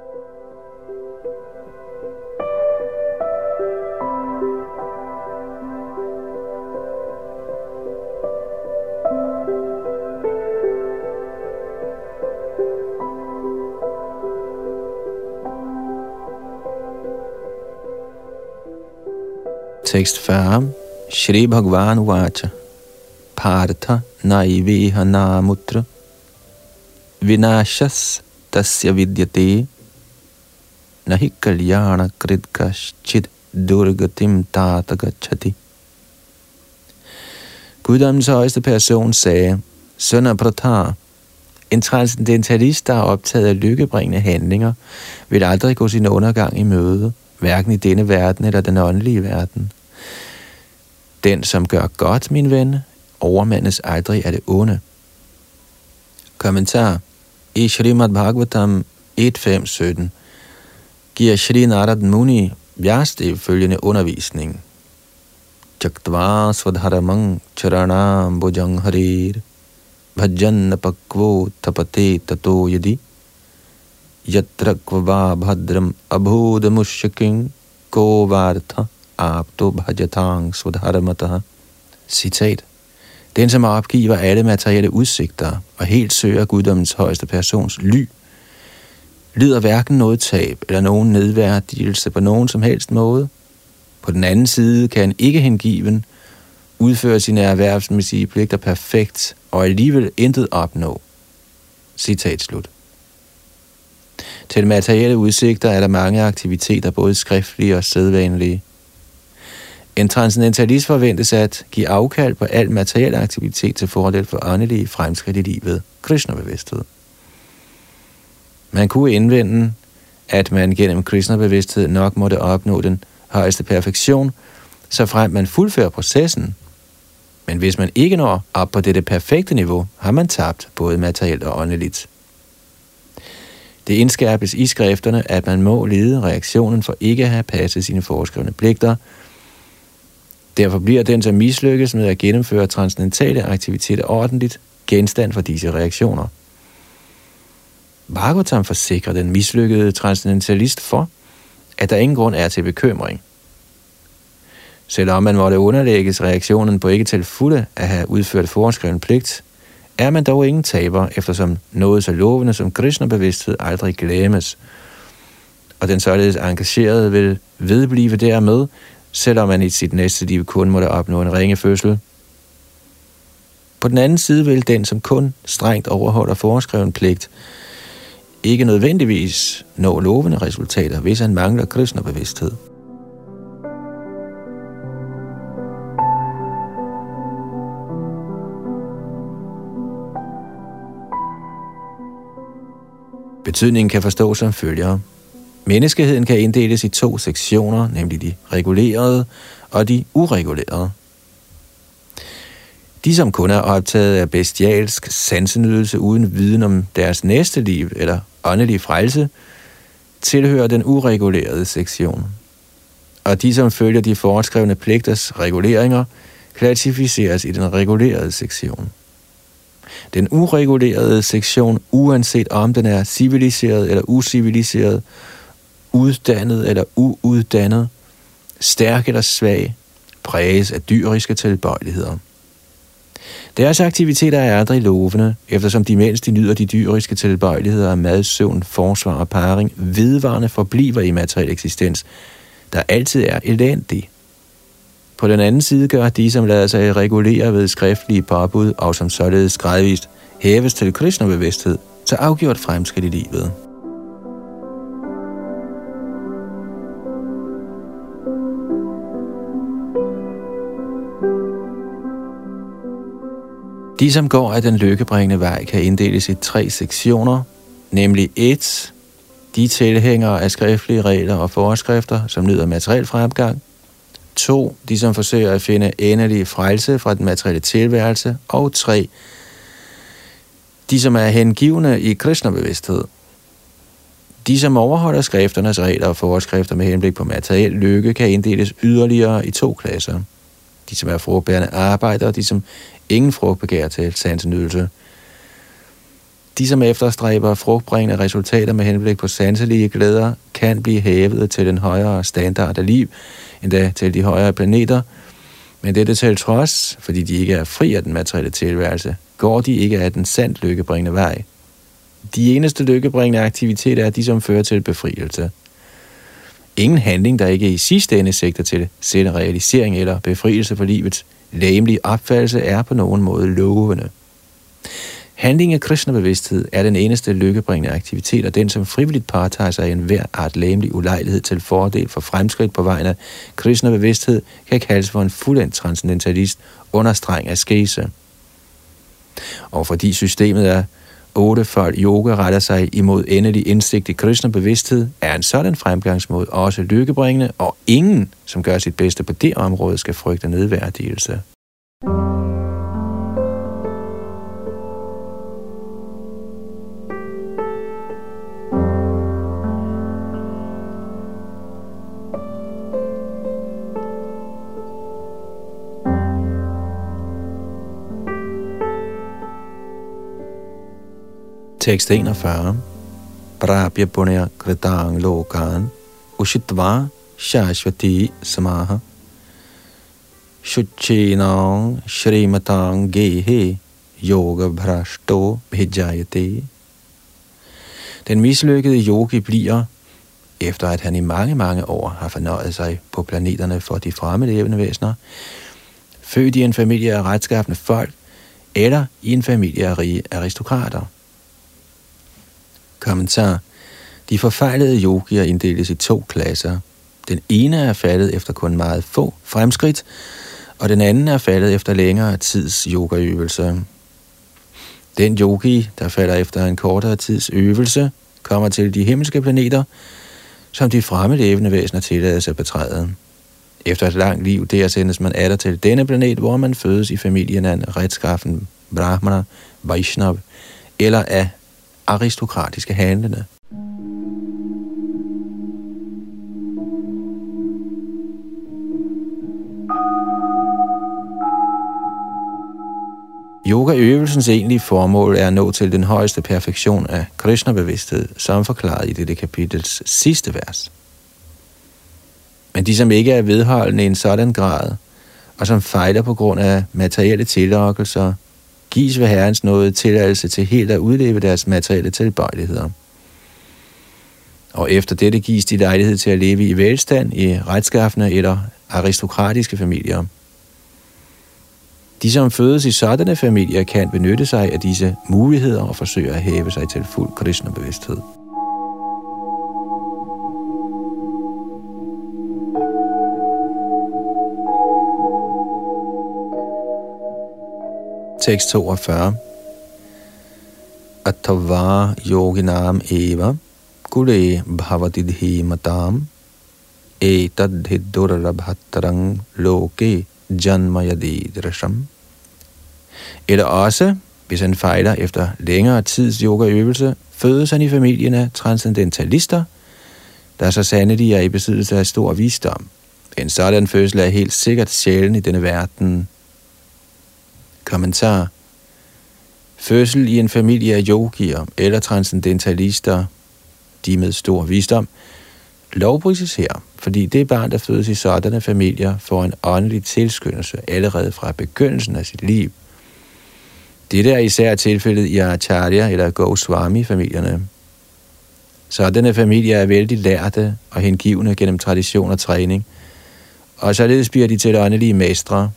Tekst fyrre. Shri Bhagavan Vacha Partha Naiveha Namutra Vinashas Tasya Vidyate Nahi Kalyana Kridkashchit Durgatim Tata Gachati. Guddommens højeste person sagde: Søn af Pratar, en transcendentalist, der er optaget af lykkebringende handlinger, vil aldrig gå sin undergang i møde, hverken i denne verden eller den åndelige verden. Den, som gør godt, min ven, overmandes aldrig af det onde. Kommentar. I Srimad Bhagavatam et fem sytten giver Shri Narad Muni Vyasdev følgende undervisning. Chaktva svadharamang charanam bojang harir bhajan pakvo tapate tato yadi yatra kvava bhadram abhudamushaking kovartha apto bhajatang svadharamataha. Citat. Den, som opgiver alle materielle udsigter og helt søger guddommens højeste persons ly, lider hverken noget tab eller nogen nedværdigelse på nogen som helst måde. På den anden side kan en ikke hengiven udføre sine erhvervsmæssige pligter perfekt og alligevel intet opnå. Citat slut. Til materielle udsigter er der mange aktiviteter, både skriftlige og sædvanlige. En transcendentalist forventes at give afkald på al materiel aktivitet til fordel for åndelige fremskridt i livet, Krishna-bevidsthed. Man kunne indvende, at man gennem Krishna-bevidsthed nok måtte opnå den højeste perfektion, så frem man fuldfører processen. Men hvis man ikke når op på dette perfekte niveau, har man tabt både materielt og åndeligt. Det indskærpes i skrifterne, at man må lide reaktionen for ikke at have passet sine foreskrevne pligter. Derfor bliver den, som mislykkes med at gennemføre transcendentale aktiviteter ordentligt, genstand for disse reaktioner. Bhagavatam forsikrer den mislykkede transcendentalist for, at der ingen grund er til bekymring. Selvom man måtte underlægges reaktionen på ikke til fulde at have udført foreskreven pligt, er man dog ingen taber, eftersom noget så lovende som Krishna-bevidsthed aldrig glemmes, og den således engagerede vil vedblive dermed, selvom man i sit næste liv kun måtte opnå en ringe fødsel. På den anden side vil den, som kun strengt overholder foreskreven pligt, ikke nødvendigvis nå lovende resultater, hvis han mangler Krishna-bevidsthed. Betydningen kan forstås som følger. Menneskeheden kan inddeles i to sektioner, nemlig de regulerede og de uregulerede. De, som kun er optaget af bestialsk sansenydelse uden viden om deres næste liv eller åndelig frelse, tilhører den uregulerede sektion. Og de, som følger de foreskrevne pligters reguleringer, klassificeres i den regulerede sektion. Den uregulerede sektion, uanset om den er civiliseret eller uciviliseret, uddannet eller uuddannet, stærk eller svag, præges af dyriske tilbøjeligheder. Deres aktiviteter er aldrig lovende, eftersom de mens de nyder de dyriske tilbøjeligheder af mad, søvn, forsvar og parring, vedvarende forbliver i materiel eksistens, der altid er elendig. På den anden side gør de, som lader sig regulere ved skriftlige påbud, og som således gradvist hæves til Krishna-bevidsthed, så afgjort fremskridt i livet. De, som går af den lykkebringende vej, kan inddeles i tre sektioner, nemlig et. De tilhængere af skriftlige regler og forskrifter, som nyder materiel fremgang. to. De, som forsøger at finde endelig frelse fra den materielle tilværelse. Og tre. De, som er hengivne i Krishna-bevidsthed. De, som overholder skrifternes regler og forskrifter med henblik på materiel lykke, kan inddeles yderligere i to klasser. de som er frugtbærende arbejder, og de som ingen frugt begærer til sansenydelse. De som efterstræber frugtbringende resultater med henblik på sanselige glæder, kan blive hævet til den højere standard af liv, endda til de højere planeter, men dette til trods, fordi de ikke er fri af den materielle tilværelse, går de ikke af den sandt lykkebringende vej. De eneste lykkebringende aktiviteter er de, som fører til befrielse. Ingen handling, der ikke i sidste ende sigter til selv realisering eller befrielse for livets legemlige opfattelse, er på nogen måde lovende. Handling af Krishna-bevidsthed er den eneste lykkebringende aktivitet, og den, som frivilligt påtager sig en hver art legemlig ulejlighed til fordel for fremskridt på vejen af Krishna-bevidsthed, kan kaldes for en fuldendt transcendentalist under streng askese. Og fordi systemet af ottefold yoga retter sig imod endelig indsigt i Krishna-bevidsthed, er en sådan fremgangsmåde også lykkebringende, og ingen, som gør sit bedste på det område, skal frygte nedværdigelse. Tekst enogfyrre. Prabhya punya kritang lokan ushitva shashvati samaha shuchinang shrimatang gehe yoga bhrashto bhijayate. Den mislykkede yogi bliver, efter at han i mange, mange år har fornøjet sig på planeterne for de fremme levende væsener, født i en familie af retskaffende folk, eller i en familie af rige aristokrater. Kommentar. De forfejlede yogier inddeles i to klasser. Den ene er faldet efter kun meget få fremskridt, og den anden er faldet efter længere tids yogaøvelse. Den yogi, der falder efter en kortere tids øvelse, kommer til de himmelske planeter, som de fremme levende væsener tillades at betræde. Efter et langt liv der sendes man atter til denne planet, hvor man fødes i familien af en retskaffen brahmana, vaishnav eller af aristokratiske handlende. Yogaøvelsens egentlige formål er at nå til den højeste perfektion af Krishna-bevidsthed, som forklaret i dette kapitels sidste vers. Men de, som ikke er vedholdende i en sådan grad, og som fejler på grund af materielle tillokkelser, gives ved Herrens nåde tilladelse til helt at udleve deres materielle tilbøjeligheder. Og efter dette gives de lejlighed til at leve i velstand i retskaffende eller aristokratiske familier. De, som fødes i sådanne familier, kan benytte sig af disse muligheder og forsøge at hæve sig til fuld Krishna-bevidsthed. Tekst toogfyrre. Attava yoginam eva kule bhavadidhi matam etadhi durabhatarang loke janmayadi drasham. Eller også, hvis han fejler efter længere tids yogaøvelse, fødes han i familien af transcendentalister, der så sandelig er i besiddelse af stor visdom. En sådan fødsel er helt sikkert sjælden i denne verden. Kommentar. Fødsel i en familie af yogier eller transcendentalister, de med stor visdom, lovprises her, fordi det barn, der fødes i sådanne familier, får en åndelig tilskyndelse allerede fra begyndelsen af sit liv. Dette er især tilfældet i Acharya eller Goswami-familierne. Sådanne familier er vældig lærte og hengivne gennem tradition og træning, og således bliver de til åndelige mestre.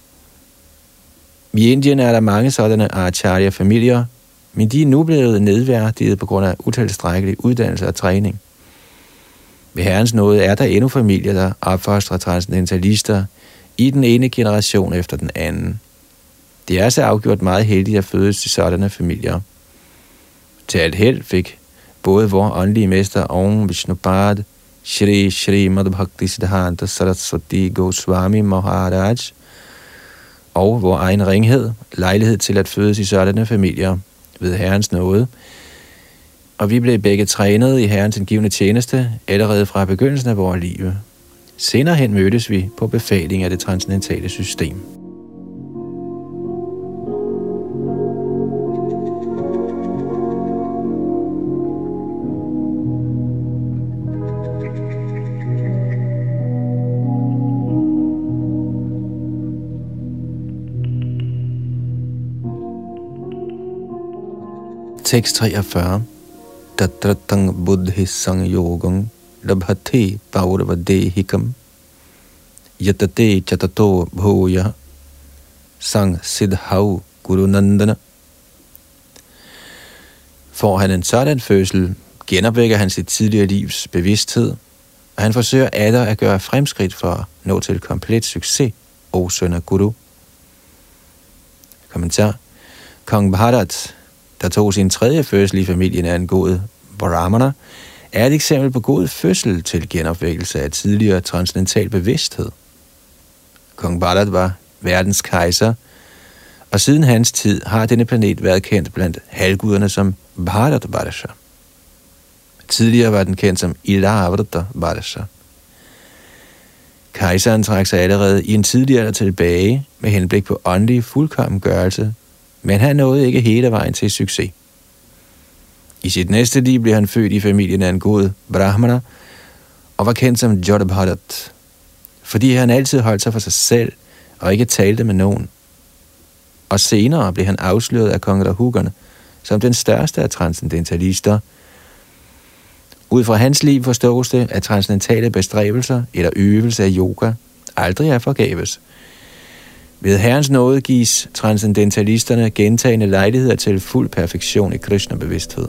I Indien er der mange sådanne Acharya-familier, men de er nu blevet nedværdiget på grund af utilstrækkelig uddannelse og træning. Ved Herrens nåde er der endnu familier, der opfostrer transcendentalister i den ene generation efter den anden. Det er så afgjort meget heldigt at fødes i sådanne familier. Til alt held fik både vor åndelige mester Om Vishnupad, Shri Shri Madhbhaktisiddhanta Saraswati Goswami Maharaj og vor egen ringhed lejlighed til at fødes i sådanne familier ved Herrens nåde, og vi blev begge trænet i Herrens indgivende tjeneste allerede fra begyndelsen af vores liv. Senere hen mødtes vi på befaling af det transcendentale system. Tekst treogfyrre. Tatratang buddhi sang yogam labhati paurvadehikam yatate chatato bhoya sang siddhau gurunandana. Får han en sådan fødsel, genopvækker han sit tidligere livs bevidsthed, og han forsøger atter at gøre fremskridt for at nå til komplet succes, o søn af Guru. Kommentar. Kong Bharat, der tog sin tredje fødsel i familien af en god brahmana, er et eksempel på god fødsel til genopvækkelse af tidligere transcendental bevidsthed. Kong Bharat var verdens kejser, og siden hans tid har denne planet været kendt blandt halvguderne som Bharatvarsha. Tidligere var den kendt som Ilavrata-Varsha. Kejseren trak sig allerede i en tidlig alder tilbage med henblik på åndelig fuldkommengørelse, men han nåede ikke hele vejen til succes. I sit næste liv blev han født i familien af en god brahmana og var kendt som Jodhabharat, fordi han altid holdt sig for sig selv og ikke talte med nogen. Og senere blev han afsløret af kong Rahugana som den største af transcendentalister. Ud fra hans liv forstås det, at transcendentale bestræbelser eller øvelse af yoga aldrig er forgæves. Ved Herrens nåde gives transcendentalisterne gentagne lejligheder til fuld perfektion i Krishna-bevidsthed.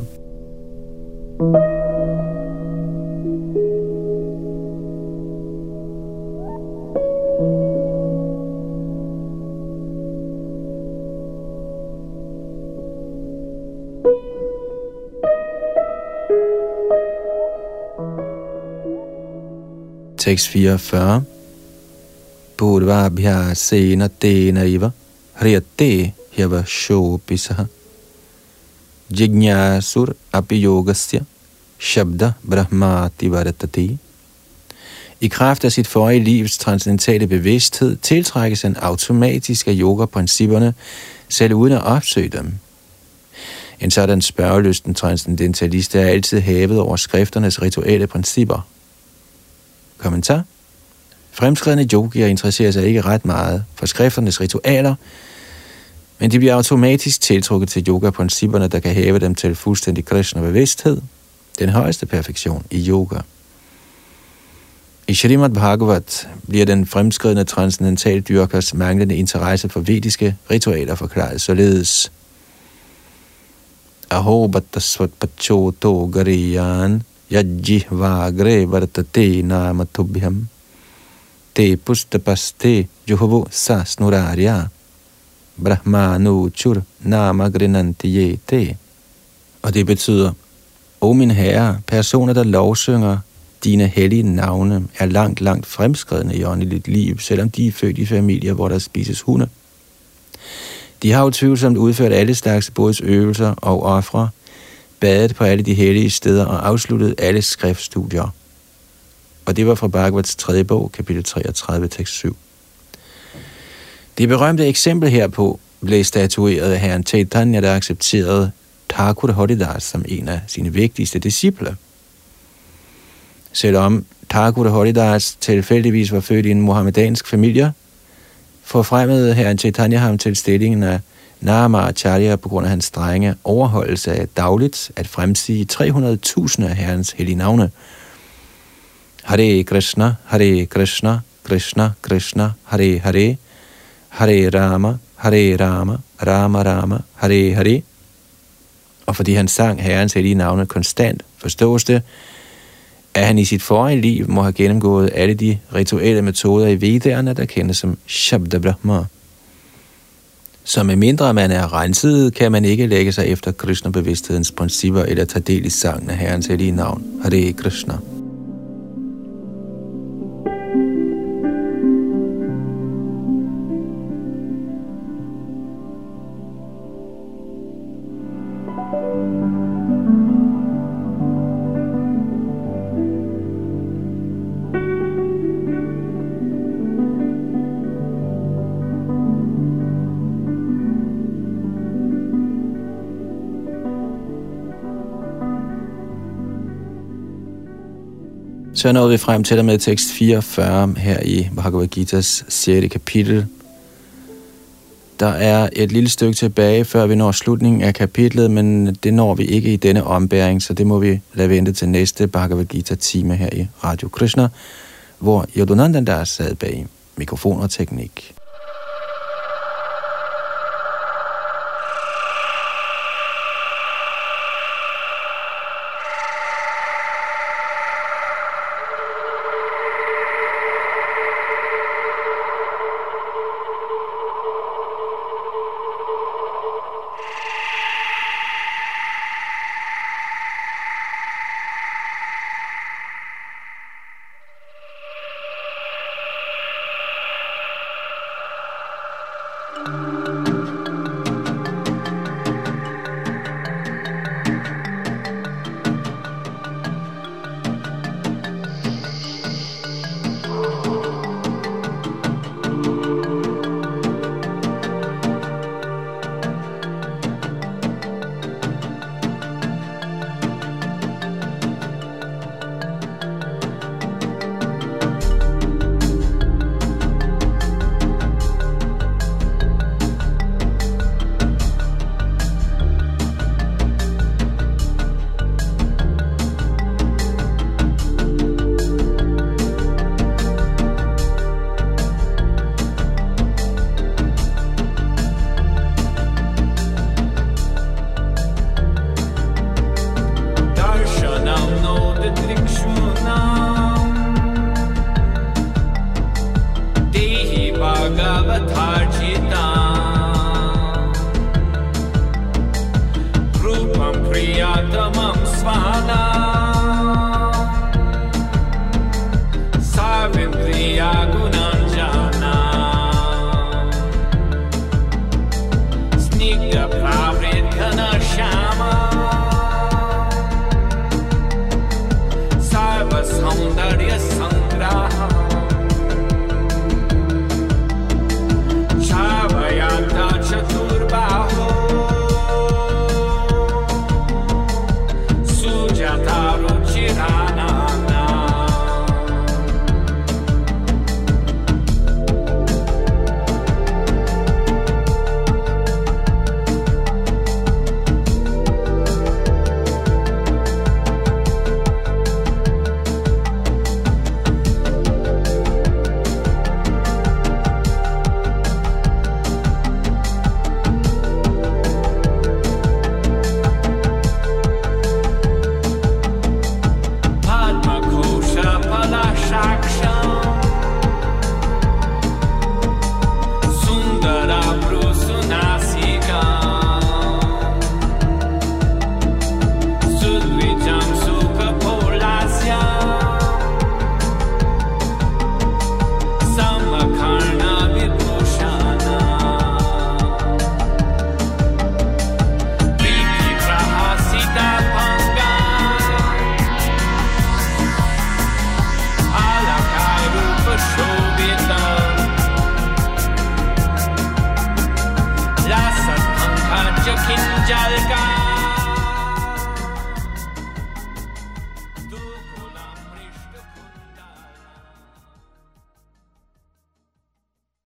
Tekst fireogfyrre. Purvabhyasena tena iva hriyate hyava shopisaha jignasur api yogasya shabda brahmati varatati. I kraft af sit forrige livs transcendentale bevidsthed tiltrækkes han automatisk af yoga-principperne, selv uden at opsøge dem. En sådan spørgelysten transcendentalist er altid hævet over skrifternes rituelle principper. Kommentar. Fremskridende yogier interesserer sig ikke ret meget for skrifternes ritualer, men de bliver automatisk tiltrukket til yoga-principperne, der kan hæve dem til fuldstændig Krishna-bevidsthed, den højeste perfektion i yoga. I Srimad Bhagavat bliver den fremskridende transcendental dyrkers manglende interesse for vediske ritualer forklaret således. Aho battasvat pachoto gariyan yajji vagre vartate namatubhyam te pustapaste juhovo sa snurarya brahmanu chur namagrinanti te. Og det betyder, o min herre, personer, der lovsynger dine hellige navne, er langt, langt fremskredne i åndeligt liv, selvom de er født i familier, hvor der spises hunde. De har utvivlsomt udført alle slags bodsøvelser og ofre, badet på alle de hellige steder og afsluttet alle skriftstudier. Og det var fra Bhagavats tredje bog, kapitel treogtredive, tekst syv. Det berømte eksempel herpå blev statueret af herren Chaitanya, der accepterede Thakur Haridas som en af sine vigtigste disciple. Selvom Thakur Haridas tilfældigvis var født i en muhammedansk familie, forfremmede herren Chaitanya ham til stillingen af Nama Acharya på grund af hans strenge overholdelse af dagligt at fremsige tre hundrede tusind af herrens hellige navne. Hare Krishna, Hare Krishna, Krishna Krishna, Hare Hare, Hare Rama, Hare Rama, Rama Rama, Hare Hare. Og fordi han sang herrens hellige navne konstant, forstås det, at han i sit forrige liv må have gennemgået alle de rituelle metoder i Vedderne, der kendes som Shabda Brahma. Så med mindre man er renset, kan man ikke lægge sig efter Krishna-bevidsthedens principper eller tage del i sangen af herrens hellige navn, Hare Krishna. Så nåede vi frem til og med tekst fireogfyrre her i Bhagavad Gita's sjette kapitel. Der er et lille stykke tilbage, før vi når slutningen af kapitlet, men det når vi ikke i denne ombæring, så det må vi lade vente til næste Bhagavad Gita-time her i Radio Krishna, hvor Yadunandan sad bag mikrofon og teknik. Rupam Priyatamam Svahana